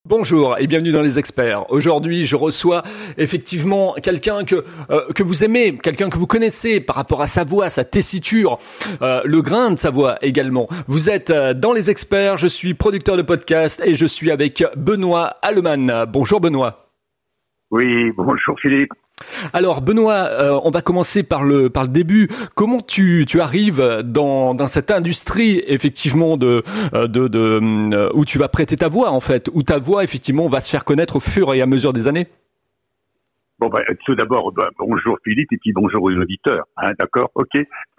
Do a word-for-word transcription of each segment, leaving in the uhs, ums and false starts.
Bonjour et bienvenue dans Les Experts. Aujourd'hui, je reçois effectivement quelqu'un que euh, que vous aimez, quelqu'un que vous connaissez par rapport à sa voix, sa tessiture, euh, le grain de sa voix également. Vous êtes euh, dans Les Experts, je suis producteur de podcast et je suis avec Benoît Allemann. Bonjour Benoît. Oui, bonjour Philippe. Alors Benoît, euh, on va commencer par le par le début. Comment tu tu arrives dans dans cette industrie effectivement de de, de, de euh, où tu vas prêter ta voix en fait, où ta voix effectivement va se faire connaître au fur et à mesure des années? Bon bah, tout d'abord bah, bonjour Philippe et puis bonjour aux auditeurs. Hein, d'accord, ok.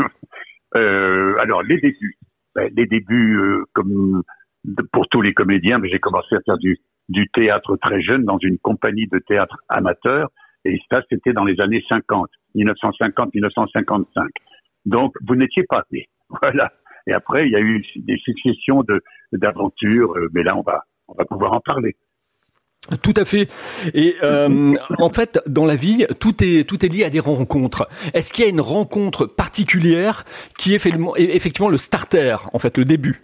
euh, alors les débuts, bah, les débuts euh, comme pour tous les comédiens, mais j'ai commencé à faire du du théâtre très jeune dans une compagnie de théâtre amateur. Et ça, c'était dans les années cinquante, dix-neuf cent cinquante à dix-neuf cent cinquante-cinq. Donc, vous n'étiez pas né. Voilà. Et après, il y a eu des successions de, d'aventures, mais là, on va, on va pouvoir en parler. Tout à fait. Et euh, en fait, dans la vie, tout est tout est lié à des rencontres. Est-ce qu'il y a une rencontre particulière qui est fait, effectivement le starter, en fait, le début?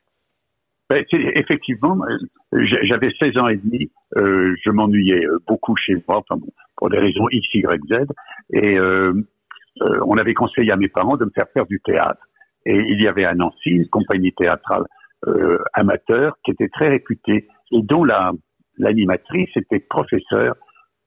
Ben, effectivement, j'avais seize ans et demi, euh, je m'ennuyais beaucoup chez moi, enfin bon, pour des raisons X, Y, Z, et euh, euh, on avait conseillé à mes parents de me faire faire du théâtre. Et il y avait à Nancy une compagnie théâtrale euh, amateur qui était très réputée et dont la l'animatrice était professeure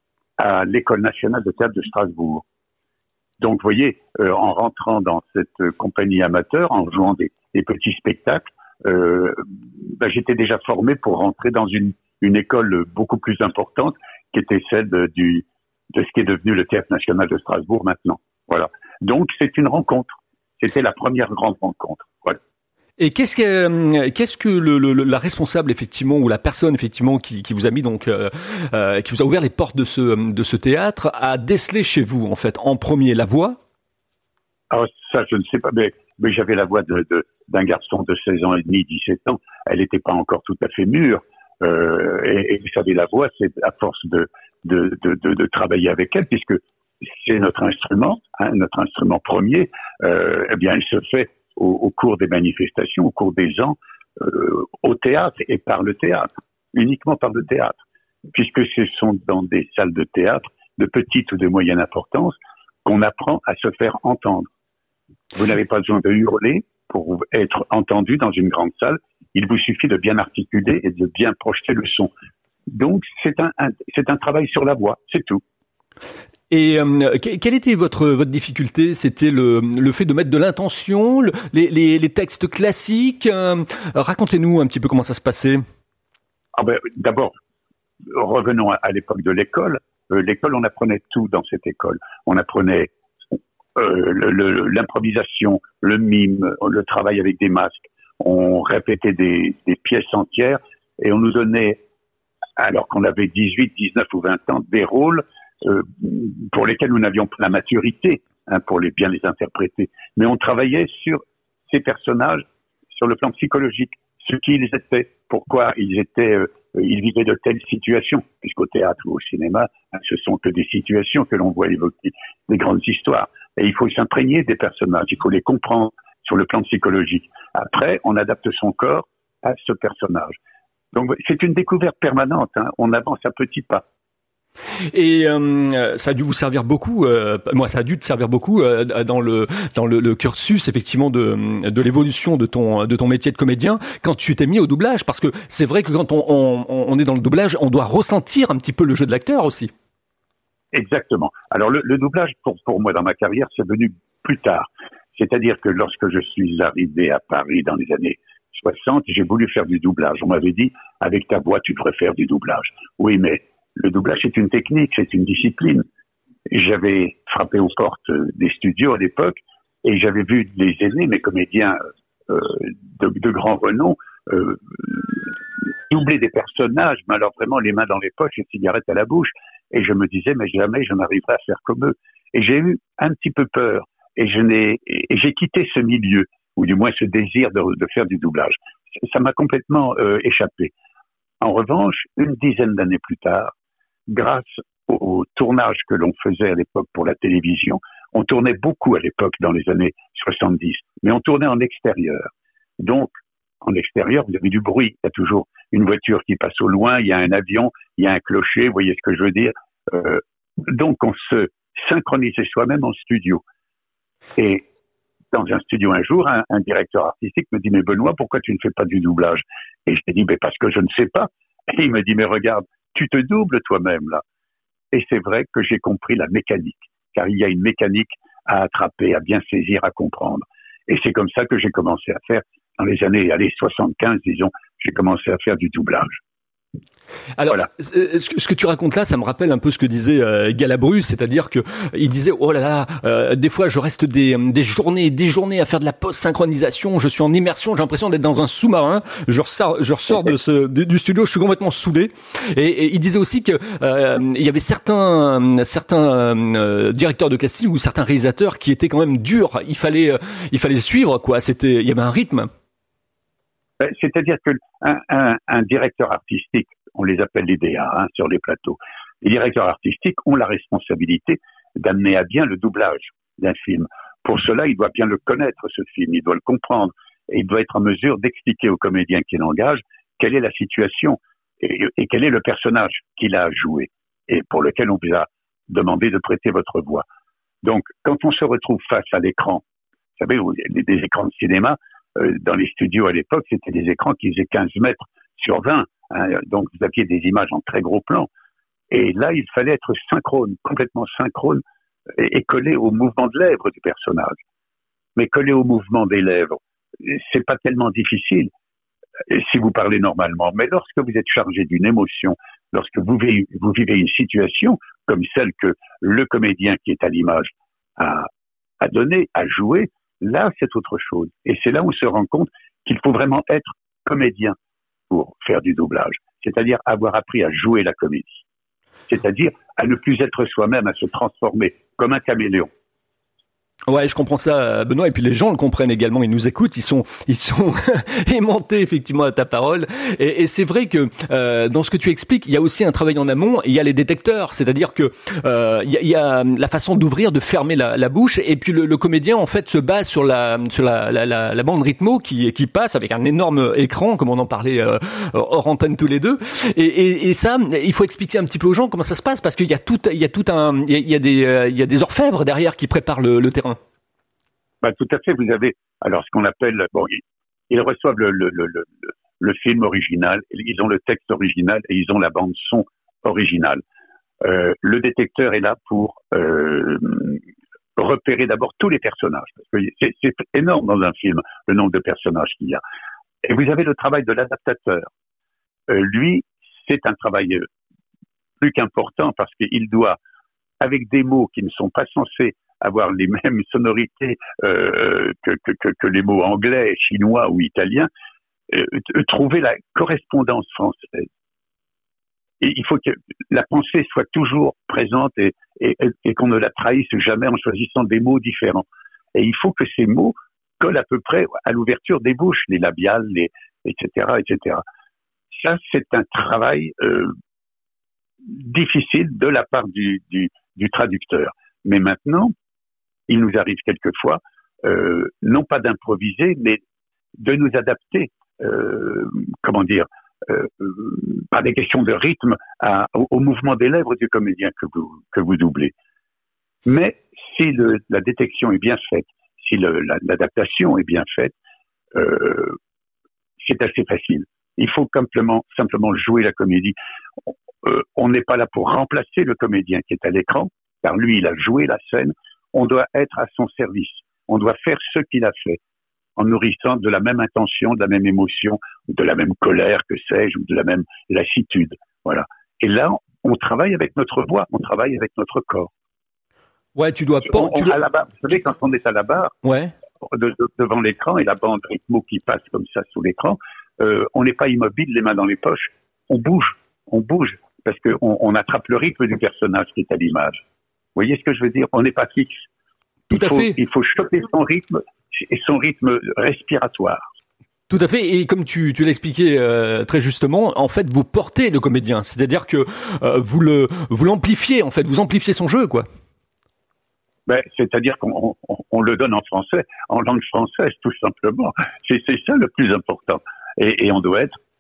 à l'École nationale de théâtre de Strasbourg. Donc, vous voyez, euh, en rentrant dans cette compagnie amateur, en jouant des, des petits spectacles, Euh, ben, j'étais déjà formé pour rentrer dans une, une école beaucoup plus importante qui était celle de, du, de ce qui est devenu le Théâtre National de Strasbourg maintenant. Voilà. Donc, c'est une rencontre. C'était la première grande rencontre. Voilà. Et qu'est-ce que, qu'est-ce que le, le, la responsable effectivement ou la personne effectivement qui, qui vous a mis donc euh, euh, qui vous a ouvert les portes de ce de ce théâtre a décelé chez vous en fait en premier la voix? Alors ça, je ne sais pas, mais, mais j'avais la voix de, de d'un garçon de seize ans et demi, dix-sept ans. Elle n'était pas encore tout à fait mûre. Euh, et, et vous savez, la voix, c'est à force de, de, de, de, de travailler avec elle, puisque c'est notre instrument, hein, notre instrument premier. Euh, eh bien, elle se fait au, au cours des manifestations, au cours des ans, euh, au théâtre et par le théâtre, uniquement par le théâtre, puisque ce sont dans des salles de théâtre de petite ou de moyenne importance qu'on apprend à se faire entendre. Vous n'avez pas besoin de hurler pour être entendu dans une grande salle. Il vous suffit de bien articuler et de bien projeter le son. Donc, c'est un, un c'est un travail sur la voix, c'est tout. Et euh, quelle était votre votre difficulté? C'était le le fait de mettre de l'intention, le, les, les les textes classiques. Euh, racontez-nous un petit peu comment ça se passait. Ah ben, d'abord, revenons à, à l'époque de l'école. Euh, l'école, on apprenait tout dans cette école. On apprenait Euh, le, le, l'improvisation, le mime, le travail avec des masques. On répétait des, des pièces entières et on nous donnait, alors qu'on avait dix-huit, dix-neuf ou vingt ans, des rôles euh, pour lesquels nous n'avions pas la maturité hein, pour les bien les interpréter. Mais on travaillait sur ces personnages sur le plan psychologique, ce qu'ils étaient, pourquoi ils étaient, euh, ils vivaient de telles situations, puisqu'au théâtre ou au cinéma, hein, ce sont que des situations que l'on voit évoquer, des grandes histoires. Et il faut s'imprégner des personnages, il faut les comprendre sur le plan psychologique. Après, on adapte son corps à ce personnage. Donc, c'est une découverte permanente, hein. On avance à petits pas. Et euh, ça a dû vous servir beaucoup, euh, moi ça a dû te servir beaucoup euh, dans le dans le, le cursus effectivement de de l'évolution de ton de ton métier de comédien quand tu t'es mis au doublage, parce que c'est vrai que quand on on, on est dans le doublage, on doit ressentir un petit peu le jeu de l'acteur aussi. Exactement. Alors le, le doublage, pour, pour moi, dans ma carrière, c'est venu plus tard. C'est-à-dire que lorsque je suis arrivé à Paris dans les années soixante, j'ai voulu faire du doublage. On m'avait dit, avec ta voix, tu devrais faire du doublage. Oui, mais le doublage, c'est une technique, c'est une discipline. J'avais frappé aux portes des studios à l'époque et j'avais vu les aînés, mes comédiens euh, de, de grand renom, euh, doubler des personnages, mais alors vraiment les mains dans les poches et cigarettes à la bouche. Et je me disais, mais jamais je n'arriverai à faire comme eux. Et j'ai eu un petit peu peur. Et je n'ai, et j'ai quitté ce milieu, ou du moins ce désir de, de faire du doublage. Ça m'a complètement euh, échappé. En revanche, une dizaine d'années plus tard, grâce au tournage que l'on faisait à l'époque pour la télévision, on tournait beaucoup à l'époque dans les années soixante-dix, mais on tournait en extérieur. Donc, en extérieur, vous avez du bruit. Il y a toujours une voiture qui passe au loin, il y a un avion, il y a un clocher, vous voyez ce que je veux dire. Euh, donc on se synchronisait soi-même en studio. Et dans un studio un jour, un, un directeur artistique me dit « Mais Benoît, pourquoi tu ne fais pas du doublage ?» Et je lui ai dit « Mais parce que je ne sais pas. » Et il me dit « Mais regarde, tu te doubles toi-même là. » Et c'est vrai que j'ai compris la mécanique, car il y a une mécanique à attraper, à bien saisir, à comprendre. Et c'est comme ça que j'ai commencé à faire, dans les années allez, soixante-quinze, disons, j'ai commencé à faire du doublage. Alors, voilà. Ce que tu racontes là, ça me rappelle un peu ce que disait euh, Galabru, c'est-à-dire que il disait oh là là, euh, des fois je reste des des journées et des journées à faire de la post-synchronisation, je suis en immersion, j'ai l'impression d'être dans un sous-marin, je ressors je ressors de ce de, du studio, je suis complètement saoulé. Et, et il disait aussi que euh, il y avait certains certains euh, directeurs de casting ou certains réalisateurs qui étaient quand même durs, il fallait euh, il fallait suivre quoi, c'était il y avait un rythme. C'est-à-dire que un, un, un directeur artistique, on les appelle les D A hein, sur les plateaux, les directeurs artistiques ont la responsabilité d'amener à bien le doublage d'un film. Pour cela, il doit bien le connaître, ce film, il doit le comprendre, et il doit être en mesure d'expliquer au comédien qui l'engage quelle est la situation et, et quel est le personnage qu'il a à jouer et pour lequel on vous a demandé de prêter votre voix. Donc, quand on se retrouve face à l'écran, vous savez, des écrans de cinéma, dans les studios à l'époque, c'était des écrans qui faisaient quinze mètres sur vingt. Hein, donc, vous aviez des images en très gros plan. Et là, il fallait être synchrone, complètement synchrone et, et collé au mouvement de lèvres du personnage. Mais coller au mouvement des lèvres, c'est pas tellement difficile si vous parlez normalement. Mais lorsque vous êtes chargé d'une émotion, lorsque vous vivez, vous vivez une situation comme celle que le comédien qui est à l'image a, a donné, a joué, là, c'est autre chose. Et c'est là où on se rend compte qu'il faut vraiment être comédien pour faire du doublage. C'est-à-dire avoir appris à jouer la comédie. C'est-à-dire à ne plus être soi-même, à se transformer comme un caméléon. Ouais, je comprends ça, Benoît. Et puis les gens le comprennent également. Ils nous écoutent. Ils sont, ils sont aimantés effectivement à ta parole. Et, et c'est vrai que euh, dans ce que tu expliques, il y a aussi un travail en amont. Et il y a les détecteurs, c'est-à-dire que euh, il, y a, il y a la façon d'ouvrir, de fermer la, la bouche. Et puis le, le comédien en fait se base sur la, sur la, la, la, la bande rythmo qui, qui passe avec un énorme écran, comme on en parlait euh, hors antenne tous les deux. Et, et, et ça, il faut expliquer un petit peu aux gens comment ça se passe parce qu'il y a tout, il y a tout un, il y a des, il y a des orfèvres derrière qui préparent le, le terrain. Bah, tout à fait. Vous avez alors ce qu'on appelle bon, ils, ils reçoivent le, le, le, le, le film original, ils ont le texte original et ils ont la bande son originale. Euh, le détecteur est là pour euh, repérer d'abord tous les personnages, parce que c'est, c'est énorme dans un film le nombre de personnages qu'il y a. Et vous avez le travail de l'adaptateur. Euh, lui, c'est un travail plus qu'important parce qu'il doit, avec des mots qui ne sont pas censés avoir les mêmes sonorités euh, que, que, que, que les mots anglais, chinois ou italiens, euh, trouver la correspondance française. Et il faut que la pensée soit toujours présente et, et, et qu'on ne la trahisse jamais en choisissant des mots différents. Et il faut que ces mots collent à peu près à l'ouverture des bouches, les labiales, les, et cetera, et cetera. Ça, c'est un travail euh, difficile de la part du, du, du traducteur. Mais maintenant, il nous arrive quelquefois, euh, non pas d'improviser, mais de nous adapter, euh, comment dire, euh, par des questions de rythme à, au, au mouvement des lèvres du comédien que vous, que vous doublez. Mais si le, la détection est bien faite, si le, la, l'adaptation est bien faite, euh, c'est assez facile. Il faut simplement, simplement jouer la comédie. Euh, on n'est pas là pour remplacer le comédien qui est à l'écran, car lui, il a joué la scène. On doit être à son service. On doit faire ce qu'il a fait, en nourrissant de la même intention, de la même émotion, de la même colère, que sais-je, ou de la même lassitude. Voilà. Et là, on travaille avec notre voix, on travaille avec notre corps. Ouais, tu dois pas. On, on, à la barre, vous savez, quand on est à la barre, ouais. de, de, devant l'écran et la bande rythmo qui passe comme ça sous l'écran, euh, on n'est pas immobile, les mains dans les poches. On bouge, on bouge, parce qu'on on attrape le rythme du personnage qui est à l'image. Vous voyez ce que je veux dire? On n'est pas fixe. Tout il à faut, fait. Il faut choper son rythme et son rythme respiratoire. Tout à fait. Et comme tu, tu l'expliquais euh, très justement, en fait, vous portez le comédien. C'est-à-dire que euh, vous le, vous l'amplifiez, en fait. Vous amplifiez son jeu, quoi. Ben, c'est-à-dire qu'on on, on le donne en français, en langue française, tout simplement. C'est, c'est ça le plus important. Et, et on doit être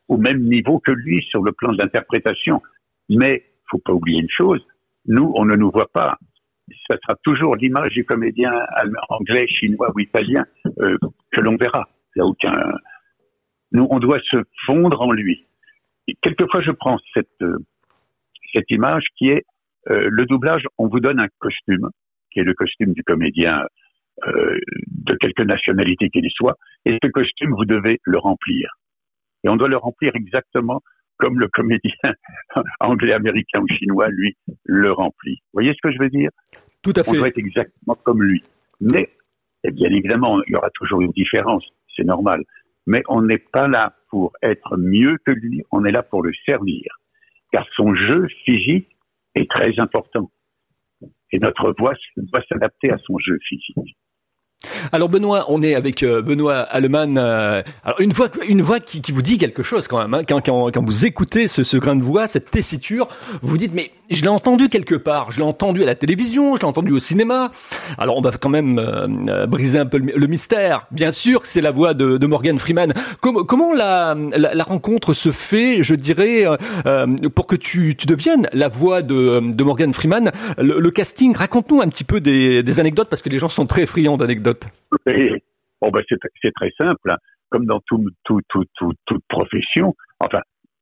au même niveau que lui sur le plan de l'interprétation. Mais faut pas oublier une chose, nous, on ne nous voit pas. Ça sera toujours l'image du comédien anglais, chinois ou italien euh, que l'on verra. Il n'y a aucun. Nous, on doit se fondre en lui. Et quelquefois, je prends cette euh, cette image qui est euh, le doublage. On vous donne un costume, qui est le costume du comédien euh, de quelque nationalité qu'il soit, et ce costume, vous devez le remplir. Et on doit le remplir exactement comme le comédien anglais, américain ou chinois, lui, le remplit. Vous voyez ce que je veux dire? Tout à fait. On doit être exactement comme lui. Mais, et bien évidemment, il y aura toujours une différence, c'est normal. Mais on n'est pas là pour être mieux que lui, on est là pour le servir. Car son jeu physique est très important. Et notre voix doit s'adapter à son jeu physique. Alors Benoît, on est avec euh, Benoît Allemann. Euh, alors une voix, une voix qui, qui vous dit quelque chose quand même. Hein, quand, quand, quand vous écoutez ce, ce grain de voix, cette tessiture, vous vous dites mais je l'ai entendu quelque part. Je l'ai entendu à la télévision, je l'ai entendu au cinéma. Alors on va quand même euh, briser un peu le, le mystère. Bien sûr, c'est la voix de, de Morgan Freeman. Com- comment la, la, la rencontre se fait, je dirais, euh, pour que tu, tu deviennes la voix de, de Morgan Freeman. Le, le casting, raconte-nous un petit peu des, des anecdotes parce que les gens sont très friands d'anecdotes. Et, bon ben c'est, c'est très simple, hein. Comme dans tout, tout, tout, tout, toute profession, enfin,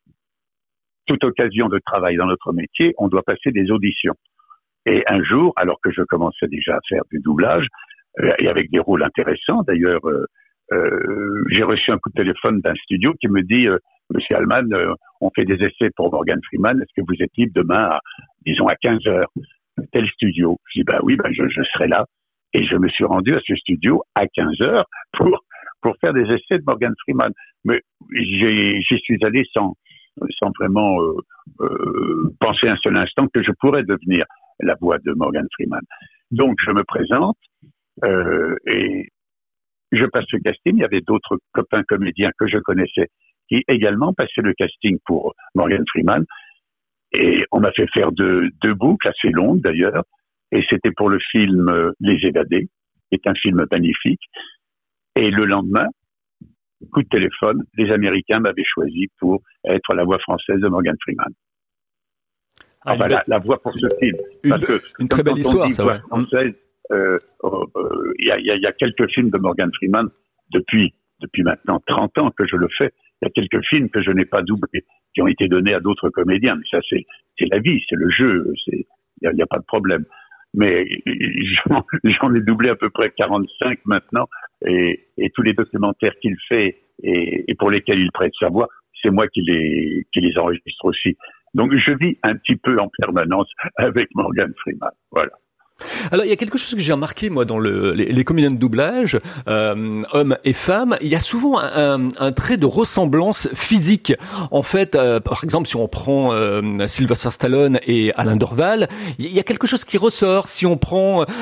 toute occasion de travail dans notre métier, on doit passer des auditions. Et un jour, alors que je commençais déjà à faire du doublage, euh, et avec des rôles intéressants, d'ailleurs, euh, euh, j'ai reçu un coup de téléphone d'un studio qui me dit euh, « Monsieur Allemann, euh, on fait des essais pour Morgan Freeman, est-ce que vous êtes libre demain à, disons, à quinze heures, tel studio ?» Je dis « Ben oui, ben je, je serai là. » Et je me suis rendu à ce studio à quinze heures pour, pour faire des essais de Morgan Freeman. Mais j'ai, j'y suis allé sans, sans vraiment euh, euh, penser un seul instant que je pourrais devenir la voix de Morgan Freeman. Donc je me présente euh, et je passe le casting. Il y avait d'autres copains comédiens que je connaissais qui également passaient le casting pour Morgan Freeman. Et on m'a fait faire deux, deux boucles assez longues d'ailleurs. Et c'était pour le film euh, Les Évadés, qui est un film magnifique. Et le lendemain, coup de téléphone, les Américains m'avaient choisi pour être la voix française de Morgan Freeman. Ah, enfin, la, la voix pour ce film. Une, Parce que, une très belle histoire, ça, voix ouais. française, euh, euh, y a, y a, y a quelques films de Morgan Freeman depuis, depuis maintenant trente ans que je le fais. Il y a quelques films que je n'ai pas doublés, qui ont été donnés à d'autres comédiens. Mais ça, c'est, c'est la vie, c'est le jeu, c'est, il n'y a, a pas de problème. Mais j'en, j'en ai doublé à peu près quarante-cinq maintenant, et, et tous les documentaires qu'il fait et, et pour lesquels il prête sa voix, c'est moi qui les, qui les enregistre aussi. Donc je vis un petit peu en permanence avec Morgan Freeman. Voilà. Alors il y a quelque chose que j'ai remarqué moi dans le, les, les comédiens de doublage, euh, hommes et femmes, il y a souvent un, un, un trait de ressemblance physique. En fait, euh, par exemple, si on prend euh, Sylvester Stallone et Alain Dorval, il y a quelque chose qui ressort. Si on prend euh,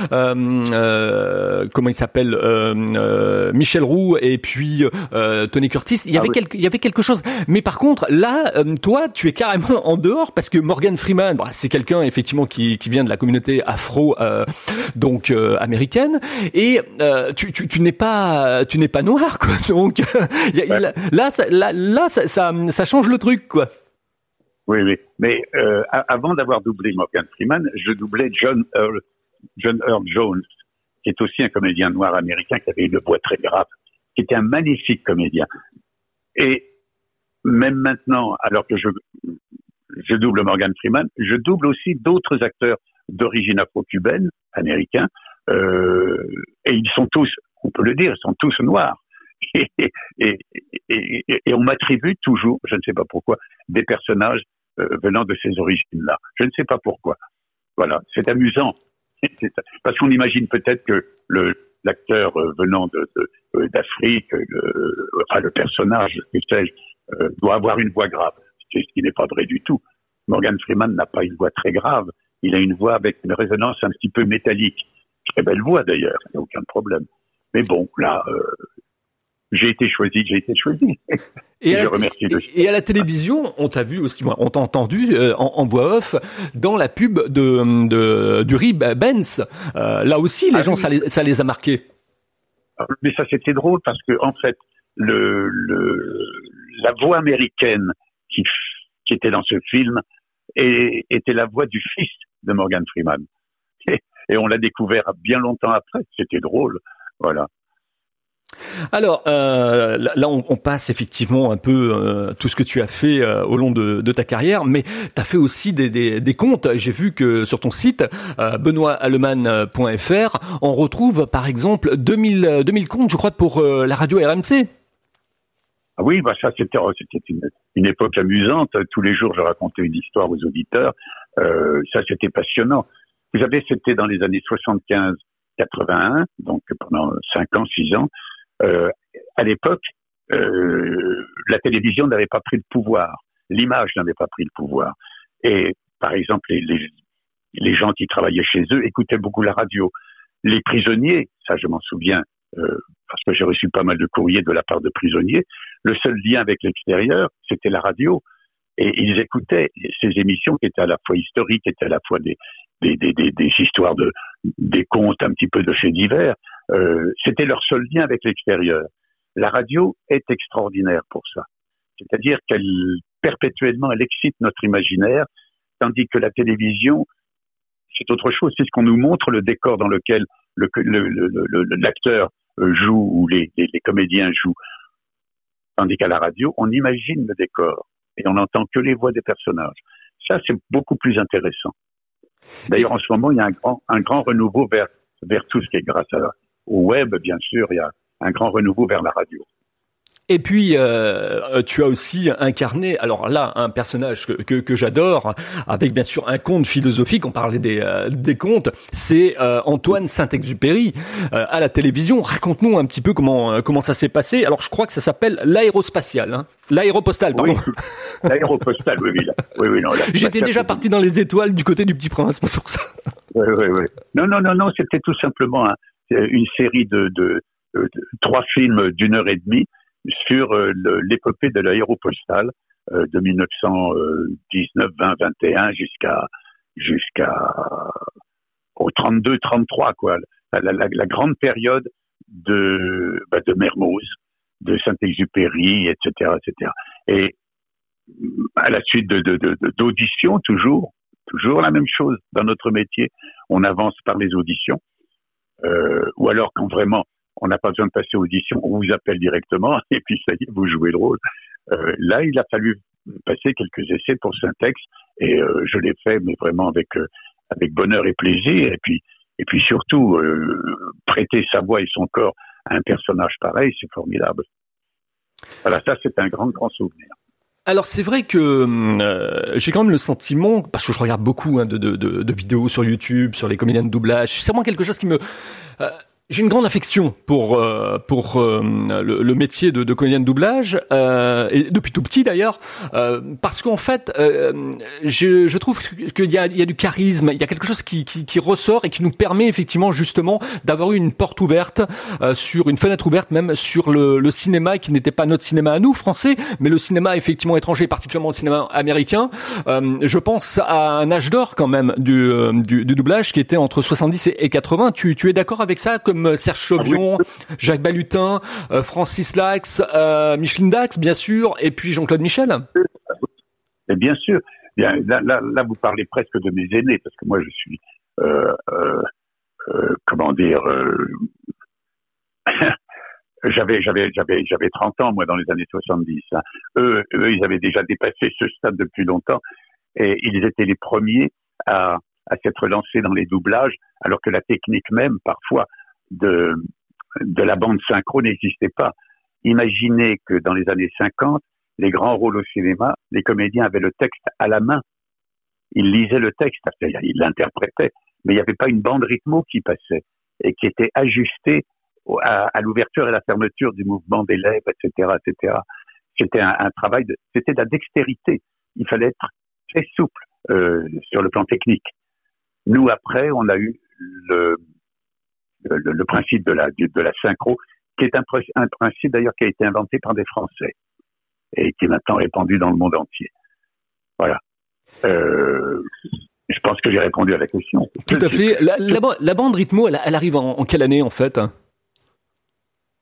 euh, comment il s'appelle, euh, euh, Michel Roux et puis euh, Tony Curtis, il y avait ah oui. quelque, il y avait quelque chose. Mais par contre, là, euh, toi, tu es carrément en dehors parce que Morgan Freeman, bah, c'est quelqu'un effectivement qui, qui vient de la communauté afro. Euh, donc euh, américaine et euh, tu, tu, tu n'es pas tu n'es pas noir quoi donc y a, ouais. là ça, là, là ça, ça, ça change le truc quoi. Oui oui mais euh, avant d'avoir doublé Morgan Freeman je doublais John Earl John Earl Jones qui est aussi un comédien noir américain qui avait une voix très grave, qui était un magnifique comédien. Et même maintenant alors que je je double Morgan Freeman, je double aussi d'autres acteurs d'origine afro-cubaine, américains, euh, et ils sont tous, on peut le dire, ils sont tous noirs. Et, et, et, et, et on m'attribue toujours, je ne sais pas pourquoi, des personnages euh, venant de ces origines-là. Je ne sais pas pourquoi. Voilà, c'est amusant. C'est, parce qu'on imagine peut-être que le, l'acteur euh, venant de, de, euh, d'Afrique, le, enfin le personnage, que sais-je, euh, doit avoir une voix grave, ce qui n'est pas vrai du tout. Morgan Freeman n'a pas une voix très grave. Il a une voix avec une résonance un petit peu métallique. Très belle voix d'ailleurs, il n'y a aucun problème. Mais bon, là, euh, j'ai été choisi, j'ai été choisi. Et, et, à, la, et, et à la télévision, on t'a vu aussi, on t'a entendu euh, en, en voix off dans la pub de, de du riz Benz. Euh, là aussi, les ah, gens, oui. ça, les, ça les a marqués. Mais ça, c'était drôle parce que en fait, le, le la voix américaine qui, qui était dans ce film et, était la voix du fils de Morgan Freeman. Et, et on l'a découvert bien longtemps après. C'était drôle. Voilà. Alors euh, là, on, on passe effectivement un peu euh, tout ce que tu as fait euh, au long de, de ta carrière, mais tu as fait aussi des, des, des contes. J'ai vu que sur ton site euh, benoît allemann point f r, on retrouve par exemple deux mille, deux mille contes, je crois, pour euh, la radio R M C. Ah oui, bah ça c'était, c'était une, une époque amusante. Tous les jours, je racontais une histoire aux auditeurs. Euh, ça, c'était passionnant. Vous savez, c'était dans les années soixante-quinze quatre-vingt-un, donc pendant cinq ans, six ans. Euh, à l'époque, euh, la télévision n'avait pas pris le pouvoir, l'image n'avait pas pris le pouvoir. Et par exemple, les, les, les gens qui travaillaient chez eux écoutaient beaucoup la radio. Les prisonniers, ça je m'en souviens, euh, parce que j'ai reçu pas mal de courriers de la part de prisonniers, le seul lien avec l'extérieur, c'était la radio. Et ils écoutaient ces émissions qui étaient à la fois historiques, qui étaient à la fois des, des, des, des, des histoires de, des contes, un petit peu de faits divers. Euh, c'était leur seul lien avec l'extérieur. La radio est extraordinaire pour ça. C'est-à-dire qu'elle, perpétuellement, elle excite notre imaginaire, tandis que la télévision, c'est autre chose. C'est ce qu'on nous montre, le décor dans lequel le, le, le, le, l'acteur joue ou les, les, les comédiens jouent. Tandis qu'à la radio, on imagine le décor et on n'entend que les voix des personnages. Ça, c'est beaucoup plus intéressant. D'ailleurs, en ce moment, il y a un grand, un grand renouveau vers, vers tout ce qui est grâce à, au web, bien sûr. Il y a un grand renouveau vers la radio. Et puis, euh, tu as aussi incarné, alors là, un personnage que, que, que j'adore, avec bien sûr un conte philosophique, on parlait des, euh, des contes, c'est euh, Antoine Saint-Exupéry euh, à la télévision. Raconte-nous un petit peu comment, euh, comment ça s'est passé. Alors, je crois que ça s'appelle l'aérospatial, hein. L'aéropostale, pardon. Oui, l'aéropostale, oui, oui. oui, oui non, J'étais déjà parti dans les étoiles du côté du Petit Prince, pas pour ça. Oui, oui, oui. Non, non, non, non, c'était tout simplement hein, une série de, de, de, de trois films d'une heure et demie sur euh, le, l'épopée de l'aéropostale euh, de dix-neuf cent dix-neuf, vingt, vingt et un jusqu'à jusqu'à au trente-deux, trente-trois quoi. La, la, la, la grande période de bah, de Mermoz, de Saint-Exupéry, et cetera, et cetera. Et à la suite de, de, de, d'auditions, toujours, toujours la même chose dans notre métier. On avance par les auditions, euh, ou alors quand vraiment on n'a pas besoin de passer audition, on vous appelle directement et puis ça y est, vous jouez le rôle. Euh, là, il a fallu passer quelques essais pour Syntex et euh, je l'ai fait, mais vraiment avec euh, avec bonheur et plaisir. Et puis et puis surtout euh, prêter sa voix et son corps à un personnage pareil, c'est formidable. Voilà, ça c'est un grand grand souvenir. Alors c'est vrai que euh, j'ai quand même le sentiment, parce que je regarde beaucoup hein, de, de, de, de vidéos sur YouTube, sur les comédiens de doublage, c'est vraiment quelque chose qui me... Euh, J'ai une grande affection pour euh, pour euh, le, le métier de, de comédien de doublage euh, et depuis tout petit d'ailleurs euh, parce qu'en fait euh, je, je trouve qu'il y a il y a du charisme, il y a quelque chose qui, qui qui ressort et qui nous permet effectivement justement d'avoir eu une porte ouverte euh, sur une fenêtre ouverte même sur le, le cinéma qui n'était pas notre cinéma à nous français mais le cinéma effectivement étranger, particulièrement le cinéma américain. Euh, je pense à un âge d'or quand même du euh, du, du doublage qui était entre soixante-dix et quatre-vingts. Tu tu es d'accord avec ça? Comme Serge Chauvion, ah oui. Jacques Balutin, euh, Francis Lax, euh, Micheline Dax, bien sûr, et puis Jean-Claude Michel. Et bien sûr. Bien, là, là, là, vous parlez presque de mes aînés, parce que moi, je suis, euh, euh, euh, comment dire, euh, j'avais, j'avais, j'avais, j'avais trente ans, moi, dans les années soixante-dix. Hein. Eux, eux, ils avaient déjà dépassé ce stade depuis longtemps, et ils étaient les premiers à, à s'être lancés dans les doublages, alors que la technique même, parfois, de, de la bande synchro n'existait pas. Imaginez que dans les années cinquante, les grands rôles au cinéma, les comédiens avaient le texte à la main. Ils lisaient le texte, ils l'interprétaient, mais il n'y avait pas une bande rythmo qui passait et qui était ajustée à, à l'ouverture et la fermeture du mouvement des lèvres, et cetera, et cetera. C'était un, un travail de, c'était de la dextérité. Il fallait être très souple euh, sur le plan technique. Nous, après, on a eu le Le, le principe de la, de la synchro, qui est un, un principe d'ailleurs qui a été inventé par des Français et qui est maintenant répandu dans le monde entier. Voilà. Euh, je pense que j'ai répondu à la question. Tout à fait. La, la, la bande rythmo, elle, elle arrive en, en quelle année en fait?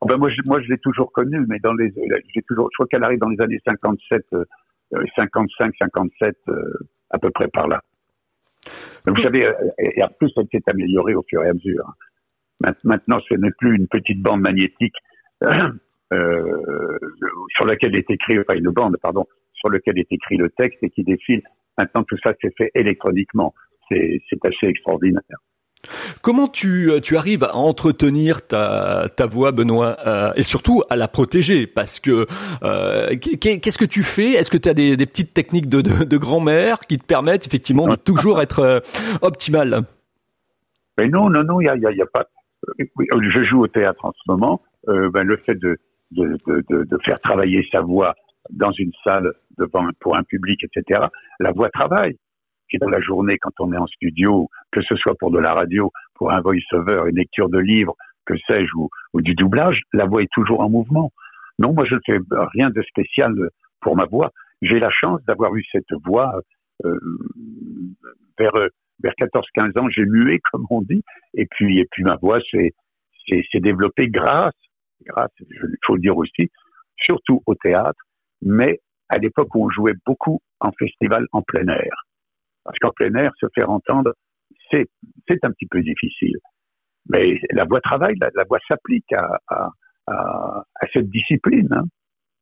ben moi, je, moi, je l'ai toujours connue, mais dans les, j'ai toujours, je crois qu'elle arrive dans les années cinquante-sept, euh, cinquante-cinq, cinquante-sept, euh, à peu près par là. Donc, vous savez, et en plus, elle s'est améliorée au fur et à mesure. Maintenant, ce n'est plus une petite bande magnétique euh, euh, sur laquelle est écrit, enfin une bande, pardon, sur laquelle est écrit le texte et qui défile. Maintenant, tout ça s'est fait électroniquement. C'est, c'est assez extraordinaire. Comment tu, tu arrives à entretenir ta, ta voix, Benoît, euh, et surtout à la protéger? Parce que euh, qu'est-ce que tu fais? Est-ce que tu as des, des petites techniques de, de, de grand-mère qui te permettent effectivement de toujours être euh, optimal? Mais non, non, non, il y a, y a, y a pas. Je joue au théâtre en ce moment. Euh, ben, le fait de, de, de, de, de faire travailler sa voix dans une salle devant pour un public, et cetera. La voix travaille. Et dans la journée, quand on est en studio, que ce soit pour de la radio, pour un voice-over, une lecture de livre, que sais-je, ou, ou du doublage, la voix est toujours en mouvement. Non, moi je ne fais rien de spécial pour ma voix. J'ai la chance d'avoir eu cette voix euh, vers vers quatorze quinze ans, j'ai mué comme on dit, et puis et puis ma voix s'est s'est, s'est développée grâce, grâce, il faut le dire aussi, surtout au théâtre, mais à l'époque où on jouait beaucoup en festival en plein air. Parce qu'en plein air, se faire entendre, c'est, c'est un petit peu difficile. Mais la voix travaille, la, la voix s'applique à, à, à, à cette discipline. Hein.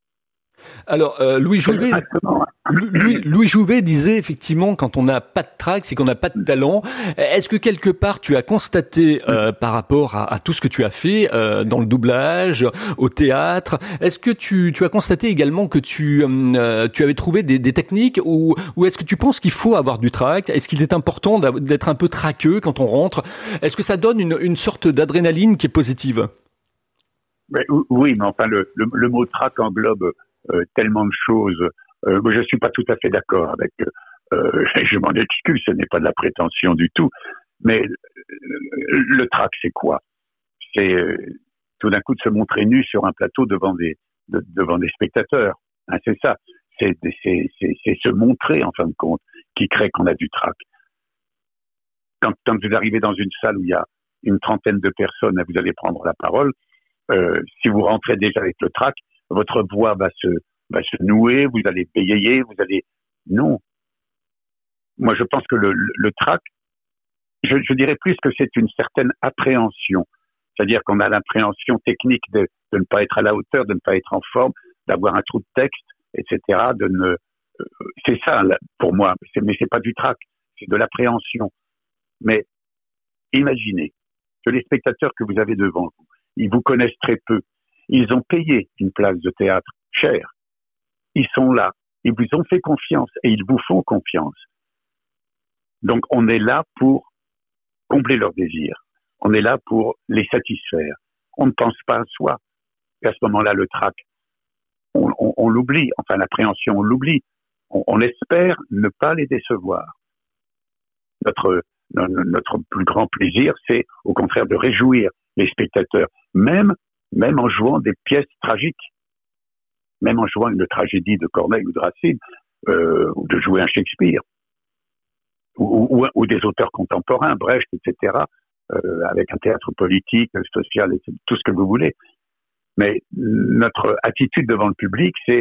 Alors, euh, Louis Jouvet, Louis, Louis Jouvet disait effectivement, quand on n'a pas de trac, c'est qu'on n'a pas de talent. Est-ce que quelque part tu as constaté euh, par rapport à, à tout ce que tu as fait euh, dans le doublage, au théâtre, est-ce que tu, tu as constaté également que tu, euh, tu avais trouvé des, des techniques ou, ou est-ce que tu penses qu'il faut avoir du trac? Est-ce qu'il est important d'être un peu traqueux quand on rentre? Est-ce que ça donne une, une sorte d'adrénaline qui est positive? Mais, oui, mais enfin le, le, le mot trac englobe Euh, tellement de choses. Euh, je suis pas tout à fait d'accord avec. Euh, je m'en excuse, ce n'est pas de la prétention du tout. Mais le, le trac, c'est quoi? C'est euh, tout d'un coup de se montrer nu sur un plateau devant des de, devant des spectateurs. Hein, c'est ça. C'est, c'est c'est c'est se montrer en fin de compte qui crée qu'on a du trac. Quand quand vous arrivez dans une salle où il y a une trentaine de personnes et vous allez prendre la parole, euh, si vous rentrez déjà avec le trac, votre voix va se, va se nouer, vous allez bégayer, vous allez... Non. Moi, je pense que le, le, le trac, je, je dirais plus que c'est une certaine appréhension. C'est-à-dire qu'on a l'appréhension technique de, de ne pas être à la hauteur, de ne pas être en forme, d'avoir un trou de texte, et cetera. De ne... C'est ça, pour moi. C'est, mais c'est pas du trac, c'est de l'appréhension. Mais imaginez que les spectateurs que vous avez devant vous, ils vous connaissent très peu. Ils ont payé une place de théâtre chère. Ils sont là. Ils vous ont fait confiance et ils vous font confiance. Donc, on est là pour combler leurs désirs. On est là pour les satisfaire. On ne pense pas à soi. Et à ce moment-là, le trac, on, on, on l'oublie. Enfin, l'appréhension, on l'oublie. On, on espère ne pas les décevoir. Notre, notre plus grand plaisir, c'est au contraire de réjouir les spectateurs. Même Même en jouant des pièces tragiques, même en jouant une tragédie de Corneille ou de Racine, euh, ou de jouer un Shakespeare, ou, ou, ou des auteurs contemporains, Brecht, et cetera, euh, avec un théâtre politique, social, et tout ce que vous voulez. Mais notre attitude devant le public, c'est,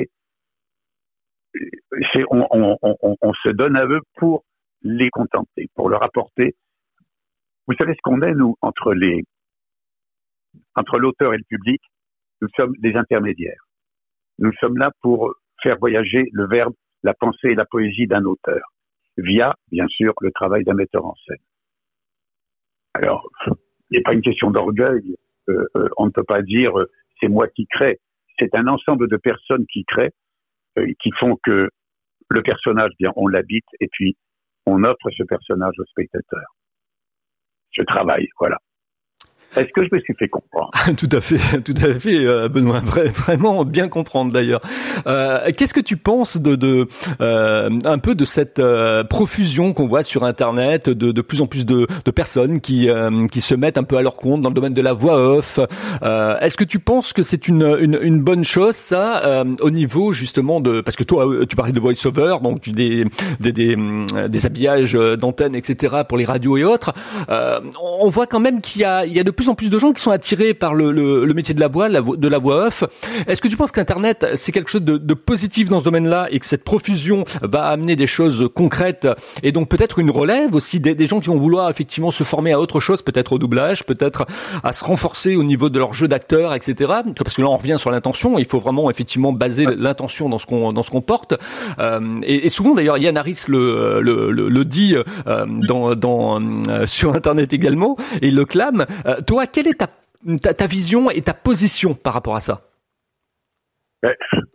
c'est on, on, on, on se donne à eux pour les contenter, pour leur apporter. Vous savez ce qu'on est, nous, entre les Entre l'auteur et le public, nous sommes des intermédiaires. Nous sommes là pour faire voyager le verbe, la pensée et la poésie d'un auteur, via, bien sûr, le travail d'un metteur en scène. Alors, il n'est pas une question d'orgueil. Euh, euh, on ne peut pas dire euh, c'est moi qui crée. C'est un ensemble de personnes qui créent, euh, qui font que le personnage, bien, on l'habite et puis on offre ce personnage au spectateur. Je travaille, voilà. Est-ce que je me suis fait comprendre? Tout à fait, tout à fait, euh, Benoît. Vraiment bien comprendre d'ailleurs. Euh, qu'est-ce que tu penses de, de euh, un peu de cette euh, profusion qu'on voit sur Internet, de, de plus en plus de, de personnes qui euh, qui se mettent un peu à leur compte dans le domaine de la voix off. Euh, est-ce que tu penses que c'est une une, une bonne chose ça euh, au niveau justement de parce que toi tu parlais de voice-over, donc tu des des des, des habillages d'antenne, et cetera pour les radios et autres. Euh, on voit quand même qu'il y a il y a de plus plus en plus de gens qui sont attirés par le, le, le métier de la voix, la vo- de la voix off. Est-ce que tu penses qu'Internet, c'est quelque chose de, de positif dans ce domaine-là et que cette profusion va amener des choses concrètes et donc peut-être une relève aussi des, des gens qui vont vouloir effectivement se former à autre chose, peut-être au doublage, peut-être à se renforcer au niveau de leur jeu d'acteur, et cetera. Parce que là, on revient sur l'intention. Il faut vraiment effectivement baser l'intention dans ce qu'on dans ce qu'on porte. Euh, et, et souvent, d'ailleurs, Yann Harris le le, le, le dit euh, dans dans euh, sur Internet également et il le clame. Euh, toi, quelle est ta, ta ta vision et ta position par rapport à ça? Ben,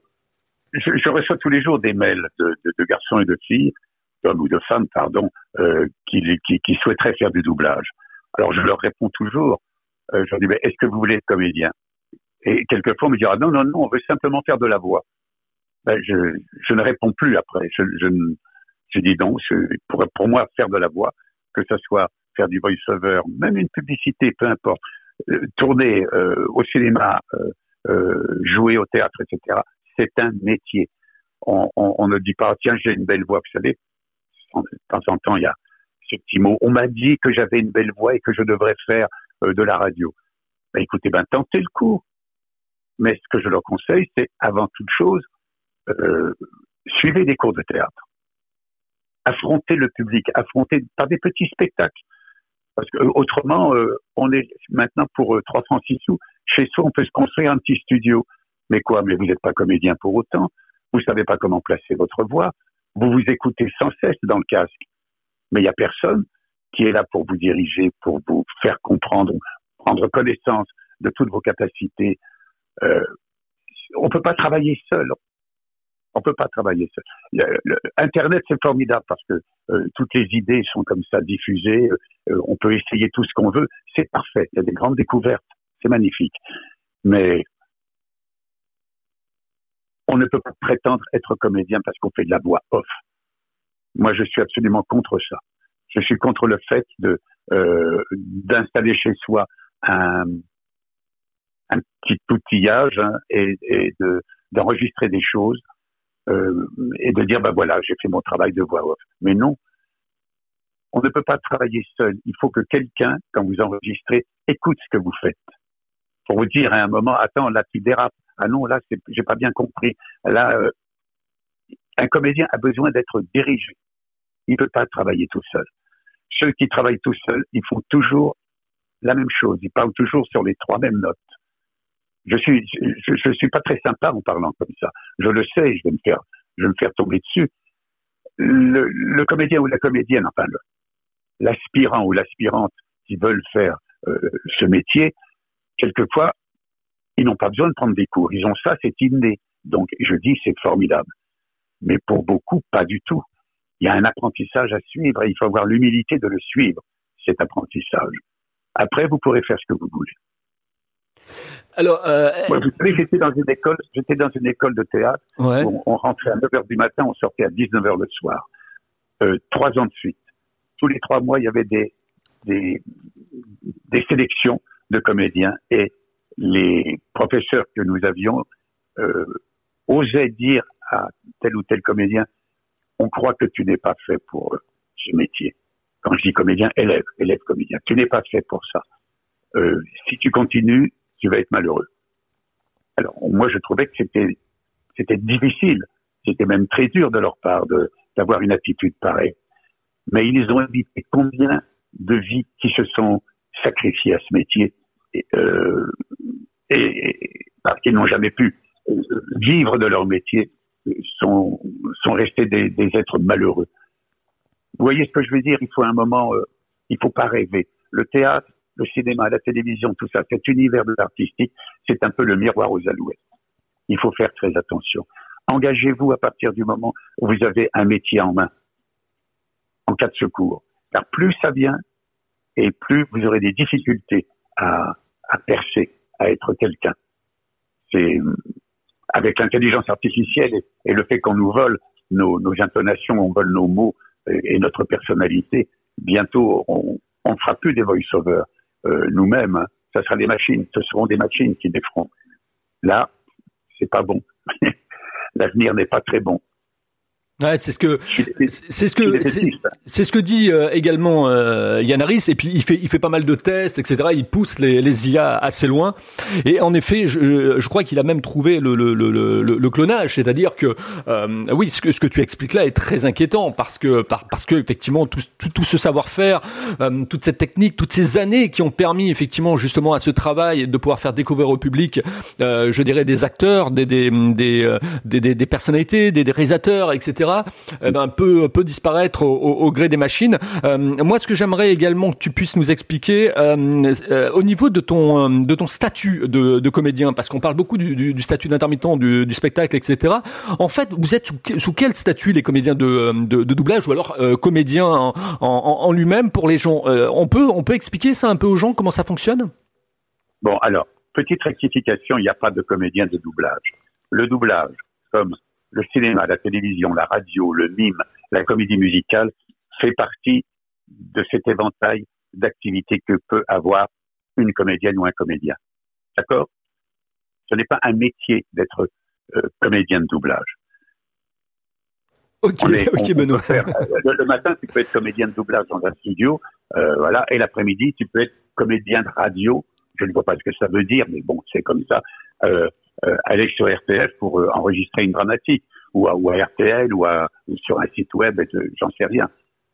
je, je reçois tous les jours des mails de, de, de garçons et de filles, d'hommes ou de femmes, pardon, euh, qui, qui, qui souhaiteraient faire du doublage. Alors je leur réponds toujours. Euh, je leur dis, mais est-ce que vous voulez être comédien? Et quelquefois, on me dira, non, non, non, on veut simplement faire de la voix. Ben, je, je ne réponds plus après. Je, je, je dis non, je, pour, pour moi, faire de la voix, que ce soit faire du voice-over, même une publicité, peu importe, euh, tourner euh, au cinéma, euh, euh, jouer au théâtre, et cetera, c'est un métier. On, on, on ne dit pas, tiens, j'ai une belle voix, vous savez, de temps en temps, il y a ce petit mot, on m'a dit que j'avais une belle voix et que je devrais faire euh, de la radio. Ben, écoutez, ben, tentez le coup. Mais ce que je leur conseille, c'est avant toute chose, euh, suivez des cours de théâtre. Affrontez le public, affrontez par des petits spectacles. Parce que euh, autrement, euh, on est maintenant pour euh, trois francs six sous. Chez soi, on peut se construire un petit studio. Mais quoi? Mais vous n'êtes pas comédien pour autant. Vous savez pas comment placer votre voix. Vous vous écoutez sans cesse dans le casque. Mais il y a personne qui est là pour vous diriger, pour vous faire comprendre, prendre connaissance de toutes vos capacités. Euh, on peut pas travailler seul. On peut pas travailler seul. Le, le, Internet, c'est formidable parce que euh, toutes les idées sont comme ça diffusées. Euh, on peut essayer tout ce qu'on veut. C'est parfait. Il y a des grandes découvertes. C'est magnifique. Mais on ne peut pas prétendre être comédien parce qu'on fait de la voix off. Moi, je suis absolument contre ça. Je suis contre le fait de euh, d'installer chez soi un, un petit outillage hein, et, et de, d'enregistrer des choses euh, et de dire, ben voilà, j'ai fait mon travail de voix off. Mais non, on ne peut pas travailler seul. Il faut que quelqu'un, quand vous enregistrez, écoute ce que vous faites. Pour vous dire à un moment, attends, là tu dérapes. Ah non, là, c'est, j'ai pas bien compris. Là, euh, un comédien a besoin d'être dirigé. Il ne peut pas travailler tout seul. Ceux qui travaillent tout seuls, ils font toujours la même chose. Ils parlent toujours sur les trois mêmes notes. Je suis, je, je suis pas très sympa en parlant comme ça. Je le sais, je vais me faire, je vais me faire tomber dessus. Le, le comédien ou la comédienne, enfin, le, l'aspirant ou l'aspirante qui veulent faire euh, ce métier, quelquefois, ils n'ont pas besoin de prendre des cours. Ils ont ça, c'est inné. Donc, je dis, c'est formidable. Mais pour beaucoup, pas du tout. Il y a un apprentissage à suivre et il faut avoir l'humilité de le suivre, cet apprentissage. Après, vous pourrez faire ce que vous voulez. Alors, euh... ouais, vous savez, j'étais dans une école, j'étais dans une école de théâtre. Ouais. Où on rentrait à neuf heures du matin, on sortait à dix-neuf heures le soir. Euh, trois ans de suite. Tous les trois mois, il y avait des, des, des sélections de comédiens et les professeurs que nous avions euh, osaient dire à tel ou tel comédien, on croit que tu n'es pas fait pour ce métier. Quand je dis comédien, élève, élève comédien. Tu n'es pas fait pour ça. Euh, si tu continues, tu vas être malheureux. Alors, moi, je trouvais que c'était, c'était difficile. C'était même très dur de leur part de, d'avoir une attitude pareille. Mais ils ont évité combien de vies qui se sont sacrifiées à ce métier et, euh, et parce qu'ils n'ont jamais pu vivre de leur métier. Sont, sont restés des, des êtres malheureux. Vous voyez ce que je veux dire? Il faut un moment, euh, il faut pas rêver. Le théâtre, le cinéma, la télévision, tout ça, cet univers de l'artistique, c'est un peu le miroir aux alouettes. Il faut faire très attention. Engagez-vous à partir du moment où vous avez un métier en main, en cas de secours. Car plus ça vient, et plus vous aurez des difficultés à, à percer, à être quelqu'un. C'est... Avec l'intelligence artificielle et, et le fait qu'on nous vole nos, nos intonations, on vole nos mots et, et notre personnalité, bientôt on ne fera plus des voice-over euh, nous-mêmes. Hein. Ça sera des machines, ce seront des machines qui les feront. Là, c'est pas bon. L'avenir n'est pas très bon. Ouais, c'est ce que c'est ce que c'est, c'est ce que dit euh, également euh, Yann Arris, et puis il fait il fait pas mal de tests, et cetera. Il pousse les les I A assez loin, et en effet, je je crois qu'il a même trouvé le le le le, le clonage, c'est-à-dire que euh, oui, ce que ce que tu expliques là est très inquiétant parce que par, parce que effectivement tout tout, tout ce savoir-faire, euh, toute cette technique, toutes ces années qui ont permis effectivement justement à ce travail de pouvoir faire découvrir au public, euh, je dirais des acteurs, des des des euh, des, des, des personnalités, des, des réalisateurs, et cetera. Eh ben, peut, peut disparaître au, au, au gré des machines. Euh, moi, ce que j'aimerais également que tu puisses nous expliquer, euh, euh, au niveau de ton, de ton statut de, de comédien, parce qu'on parle beaucoup du, du, du statut d'intermittent du, du spectacle, et cetera. En fait, vous êtes sous, sous quel statut les comédiens de, de, de doublage, ou alors euh, comédien en, en, en lui-même pour les gens? euh, on peut, on peut expliquer ça un peu aux gens, comment ça fonctionne? Bon, alors, petite rectification, il n'y a pas de comédien de doublage. Le doublage, comme le cinéma, la télévision, la radio, le mime, la comédie musicale, fait partie de cet éventail d'activités que peut avoir une comédienne ou un comédien. D'accord? Ce n'est pas un métier d'être euh, comédien de doublage. Ok, on est, ok, on, Benoît. on faire, euh, le, le matin, tu peux être comédien de doublage dans un studio, euh, voilà, et l'après-midi, tu peux être comédien de radio. Je ne vois pas ce que ça veut dire, mais bon, c'est comme ça. Euh, euh, aller sur R T F pour euh, enregistrer une dramatique, ou à, ou à R T L, ou, à, ou sur un site web, j'en sais rien.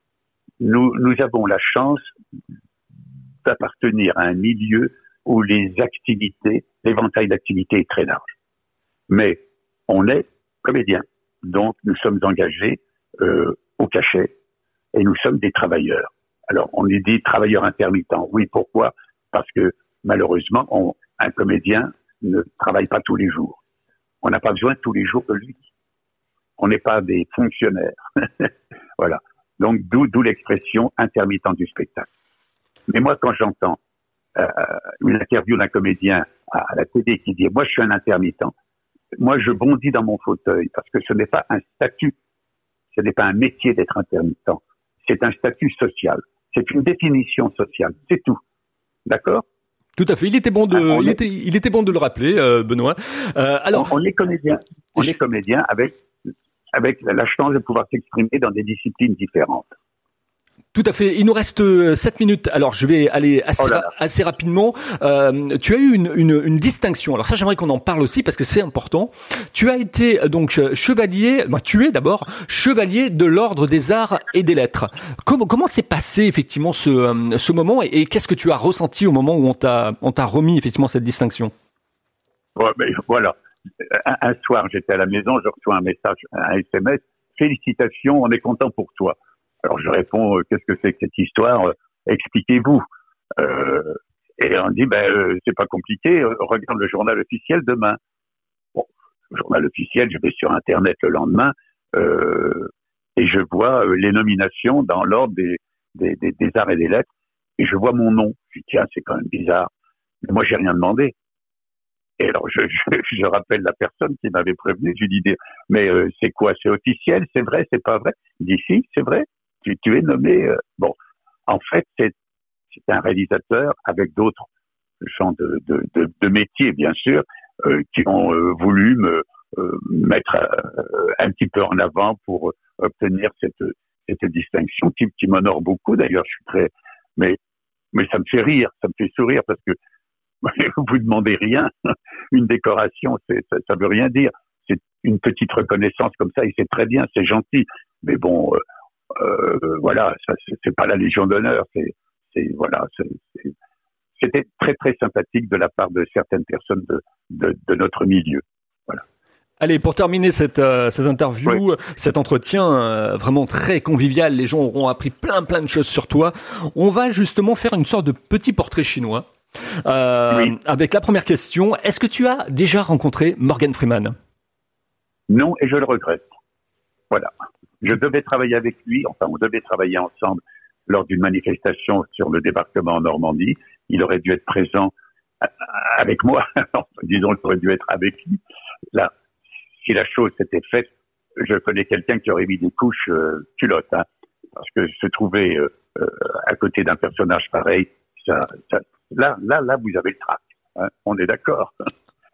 Nous, nous avons la chance d'appartenir à un milieu où les activités, l'éventail d'activités est très large. Mais on est comédien, donc nous sommes engagés euh, au cachet, et nous sommes des travailleurs. Alors, on est des travailleurs intermittents. Oui, pourquoi? Parce que malheureusement, on, un comédien ne travaille pas tous les jours. On n'a pas besoin tous les jours de lui. On n'est pas des fonctionnaires. Voilà. Donc, d'où, d'où l'expression intermittent du spectacle. Mais moi, quand j'entends euh, une interview d'un comédien à, à la télé qui dit « Moi, je suis un intermittent », moi, je bondis dans mon fauteuil parce que ce n'est pas un statut, ce n'est pas un métier d'être intermittent. C'est un statut social. C'est une définition sociale. C'est tout. D'accord ? Tout à fait. Il était bon de, ah, il est... était, il était bon de le rappeler, euh, Benoît. Euh, alors, on, on est comédien. On je... est comédien avec, avec la chance de pouvoir s'exprimer dans des disciplines différentes. Tout à fait. Il nous reste sept minutes. Alors, je vais aller assez, oh ra- assez rapidement. Euh, tu as eu une, une, une distinction. Alors ça, j'aimerais qu'on en parle aussi parce que c'est important. Tu as été donc chevalier. Bah, tu es d'abord chevalier de l'Ordre des Arts et des Lettres. Comment, comment s'est passé effectivement ce, ce moment et, et qu'est-ce que tu as ressenti au moment où on t'a, on t'a remis effectivement cette distinction? Ouais, mais voilà. Un, un soir, j'étais à la maison, je reçois un message, un S M S. Félicitations, on est content pour toi. Alors je réponds, euh, qu'est-ce que c'est que cette histoire? Expliquez-vous. Euh, et on dit, ben euh, c'est pas compliqué. Euh, regarde le journal officiel demain. Bon, le journal officiel, je vais sur Internet le lendemain euh, et je vois euh, les nominations dans l'ordre des, des, des, des arts et des lettres et je vois mon nom. Je dis tiens, c'est quand même bizarre. Mais moi, j'ai rien demandé. Et alors je, je, je rappelle la personne qui m'avait prévenu. Je lui dis, mais euh, c'est quoi? C'est officiel? C'est vrai? C'est pas vrai? Il dit si, c'est vrai. Tu, tu es nommé. Euh, bon, en fait, c'est, c'est un réalisateur avec d'autres gens de, de, de, de métiers, bien sûr, euh, qui ont euh, voulu me euh, mettre euh, un petit peu en avant pour obtenir cette, cette distinction qui, qui m'honore beaucoup. D'ailleurs, je suis très, mais mais ça me fait rire, ça me fait sourire parce que vous demandez rien. Une décoration, c'est, ça, ça veut rien dire. C'est une petite reconnaissance comme ça et c'est très bien, c'est gentil. Mais bon. Euh, Euh, voilà, ça, c'est, c'est pas la Légion d'honneur, c'est, c'est voilà, c'est, c'est, c'était très très sympathique de la part de certaines personnes de, de, de notre milieu. Voilà. Allez, pour terminer cette, euh, cette interview, oui. cet entretien euh, vraiment très convivial, les gens auront appris plein plein de choses sur toi. On va justement faire une sorte de petit portrait chinois. Euh, oui. Avec la première question, est-ce que tu as déjà rencontré Morgan Freeman? Non, et je le regrette. Voilà. Je devais travailler avec lui, enfin on devait travailler ensemble lors d'une manifestation sur le débarquement en Normandie. Il aurait dû être présent avec moi, disons qu'il aurait dû être avec lui. Là, si la chose s'était faite, je connais quelqu'un qui aurait mis des couches euh, culottes, hein, parce que se trouver euh, euh, à côté d'un personnage pareil, ça, ça, là, là, là, vous avez le trac. Hein, on est d'accord.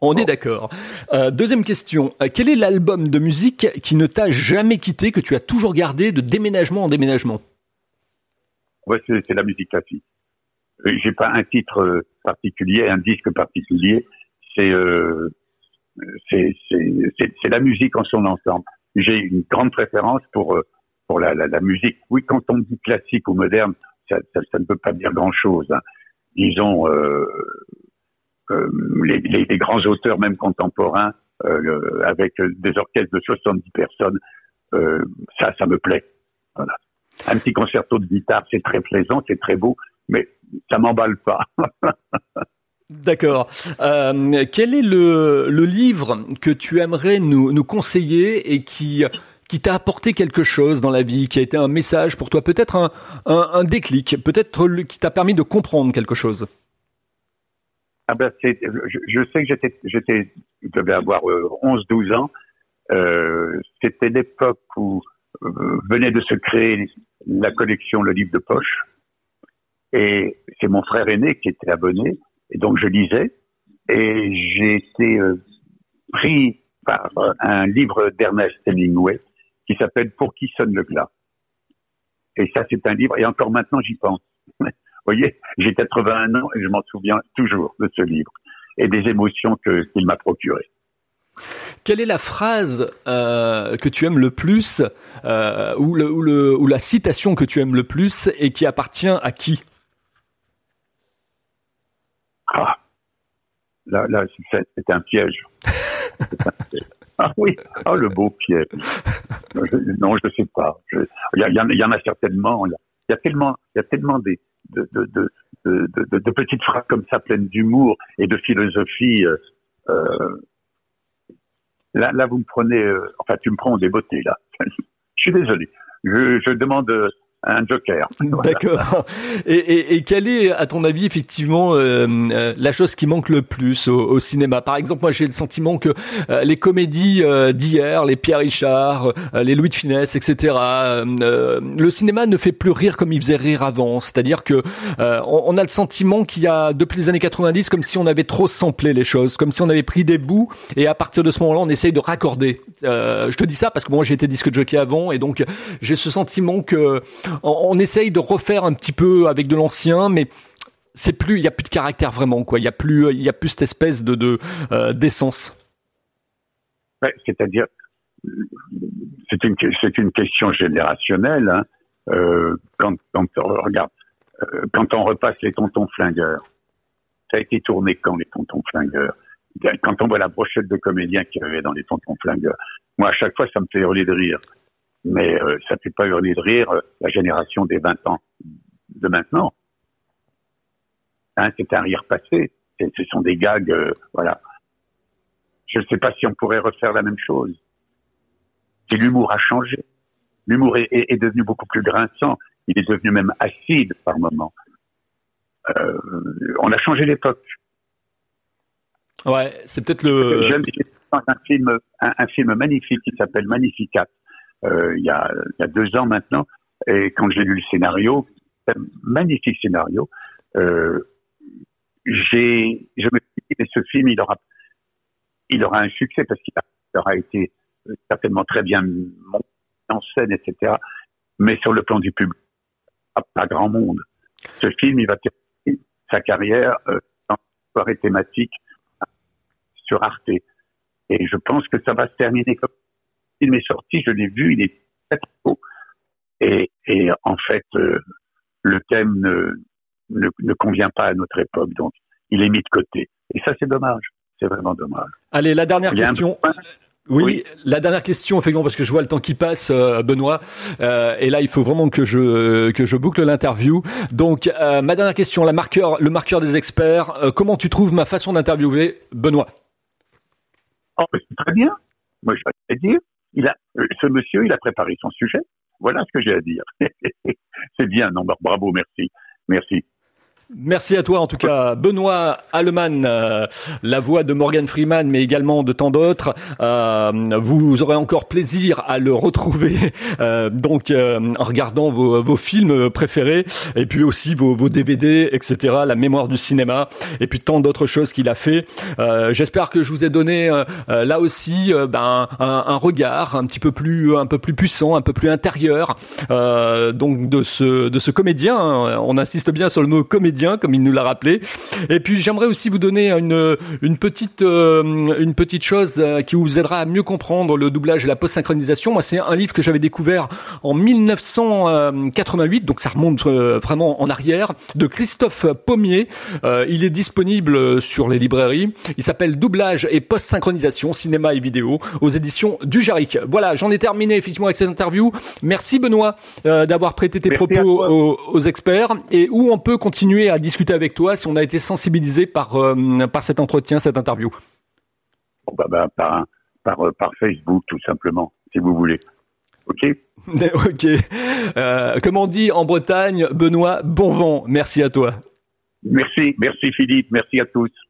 On est d'accord. Euh, deuxième question. Euh, quel est l'album de musique qui ne t'a jamais quitté, que tu as toujours gardé de déménagement en déménagement? Ouais, c'est, c'est la musique classique. Euh, J'ai pas un titre particulier, un disque particulier. C'est, euh, c'est, c'est, c'est, c'est la musique en son ensemble. J'ai une grande préférence pour pour la, la, la musique. Oui, quand on dit classique ou moderne, ça, ça, ça ne veut pas dire grand-chose. Hein. Disons, euh, euh, les, les, les grands auteurs, même contemporains, euh, avec des orchestres de soixante-dix personnes, euh, ça, ça me plaît. Voilà. Un petit concerto de guitare, c'est très plaisant, c'est très beau, mais ça m'emballe pas. D'accord. Euh, quel est le, le livre que tu aimerais nous, nous conseiller et qui, qui t'a apporté quelque chose dans la vie, qui a été un message pour toi, peut-être un, un, un déclic, peut-être le, qui t'a permis de comprendre quelque chose? Ah ben, c'est, je, je sais que j'étais, j'étais, je devais avoir euh, onze douze ans. Euh, c'était l'époque où euh, venait de se créer la collection Le Livre de Poche. Et c'est mon frère aîné qui était abonné. Et donc, je lisais. Et j'ai été euh, pris par euh, un livre d'Ernest Hemingway qui s'appelle Pour qui sonne le glas. Et ça, c'est un livre. Et encore maintenant, j'y pense. Vous voyez, j'ai quatre-vingt-un ans et je m'en souviens toujours de ce livre et des émotions que, qu'il m'a procurées. Quelle est la phrase euh, que tu aimes le plus euh, ou, le, ou, le, ou la citation que tu aimes le plus et qui appartient à qui? Ah, là, là, c'est, c'est un piège. C'est un piège. Ah oui, ah le beau piège. Je, non, je ne sais pas. Il y, y, y en a certainement. Il y, y a tellement, il y a tellement des de de, de, de, de, de petites phrases comme ça, pleines d'humour et de philosophie. Euh, euh, là, là, vous me prenez. Euh, enfin, tu me prends des beautés là. Je suis désolé. Je, je demande. Euh, un joker. Voilà. D'accord. Et, et, et quelle est, à ton avis, effectivement, euh, euh, la chose qui manque le plus au, au cinéma? Par exemple, moi, j'ai le sentiment que euh, les comédies euh, d'hier, les Pierre Richard, euh, les Louis de Funès, et cetera, euh, le cinéma ne fait plus rire comme il faisait rire avant. C'est-à-dire que euh, on, on a le sentiment qu'il y a, depuis les années quatre-vingt-dix, comme si on avait trop samplé les choses, comme si on avait pris des bouts, et à partir de ce moment-là, on essaye de raccorder. Euh, je te dis ça parce que moi, j'ai été disque jockey avant, et donc j'ai ce sentiment que On, on essaye de refaire un petit peu avec de l'ancien, mais c'est plus, il y a plus de caractère vraiment, quoi. Il y a plus, il y a plus cette espèce de, de euh, d'essence. Ouais, c'est-à-dire, c'est une, c'est une question générationnelle. Hein. Euh, quand, quand on regarde, euh, quand on repasse les Tontons Flingueurs, ça a été tourné quand les Tontons Flingueurs? Quand on voit la brochette de comédiens qu'il y avait dans les Tontons Flingueurs, moi à chaque fois ça me fait hurler de rire. Mais euh, ça ne fait pas hurler de rire euh, la génération des vingt ans de maintenant. Hein, c'est un rire passé. C'est, ce sont des gags, euh, voilà. Je ne sais pas si on pourrait refaire la même chose. Et l'humour a changé. L'humour est, est, est devenu beaucoup plus grinçant. Il est devenu même acide par moments. Euh, on a changé l'époque. Ouais, c'est peut-être le... J'aime un film, un, un film magnifique qui s'appelle Magnificat. Euh, il y a, il y a deux ans maintenant, et quand j'ai lu le scénario, un magnifique scénario, euh, j'ai, je me suis dit, mais ce film, il aura, il aura un succès parce qu'il aura été certainement très bien monté en scène, et cetera. Mais sur le plan du public, pas, pas grand monde. Ce film, il va terminer sa carrière euh, en soirée thématique sur Arte. Et je pense que ça va se terminer comme il est sorti, je l'ai vu, il est très beau. Et, et en fait, euh, le thème ne, ne, ne convient pas à notre époque, donc il est mis de côté. Et ça, c'est dommage. C'est vraiment dommage. Allez, la dernière question. Un... Oui, oui, la dernière question, effectivement, parce que je vois le temps qui passe, euh, Benoît. Euh, et là, il faut vraiment que je que je boucle l'interview. Donc, euh, ma dernière question, la marqueur, le marqueur des experts. Euh, comment tu trouves ma façon d'interviewer, Benoît? Oh, c'est très bien. Moi, je vais te dire. Il a, ce monsieur, il a préparé son sujet. Voilà ce que j'ai à dire. C'est bien, non, bravo, merci. Merci. Merci à toi en tout cas, Benoît Allemann, euh, la voix de Morgan Freeman, mais également de tant d'autres. Euh, vous aurez encore plaisir à le retrouver euh, donc euh, en regardant vos, vos films préférés, et puis aussi vos, vos D V D, et cetera. La mémoire du cinéma, et puis tant d'autres choses qu'il a fait. Euh, j'espère que je vous ai donné euh, là aussi euh, ben, un, un regard un petit peu plus, un peu plus puissant, un peu plus intérieur, euh, donc de ce, de ce comédien. On insiste bien sur le mot comédien, comme il nous l'a rappelé. Et puis j'aimerais aussi vous donner une une petite euh, une petite chose euh, qui vous aidera à mieux comprendre le doublage et la post-synchronisation. Moi, c'est un livre que j'avais découvert en mille neuf cent quatre-vingt-huit, donc ça remonte euh, vraiment en arrière, de Christophe Pommier. Euh, il est disponible sur les librairies. Il s'appelle Doublage et post-synchronisation, cinéma et vidéo, aux éditions du Jaric. Voilà, j'en ai terminé effectivement avec cette interview. Merci Benoît euh, d'avoir prêté tes Merci propos aux, aux experts, et où on peut continuer à discuter avec toi si on a été sensibilisé par euh, par cet entretien, cette interview. Bon, bah, bah, par, par, par Facebook, tout simplement, si vous voulez. Ok. Ok. Euh, comme on dit en Bretagne, Benoît, bon vent. Merci à toi. Merci, merci Philippe, merci à tous.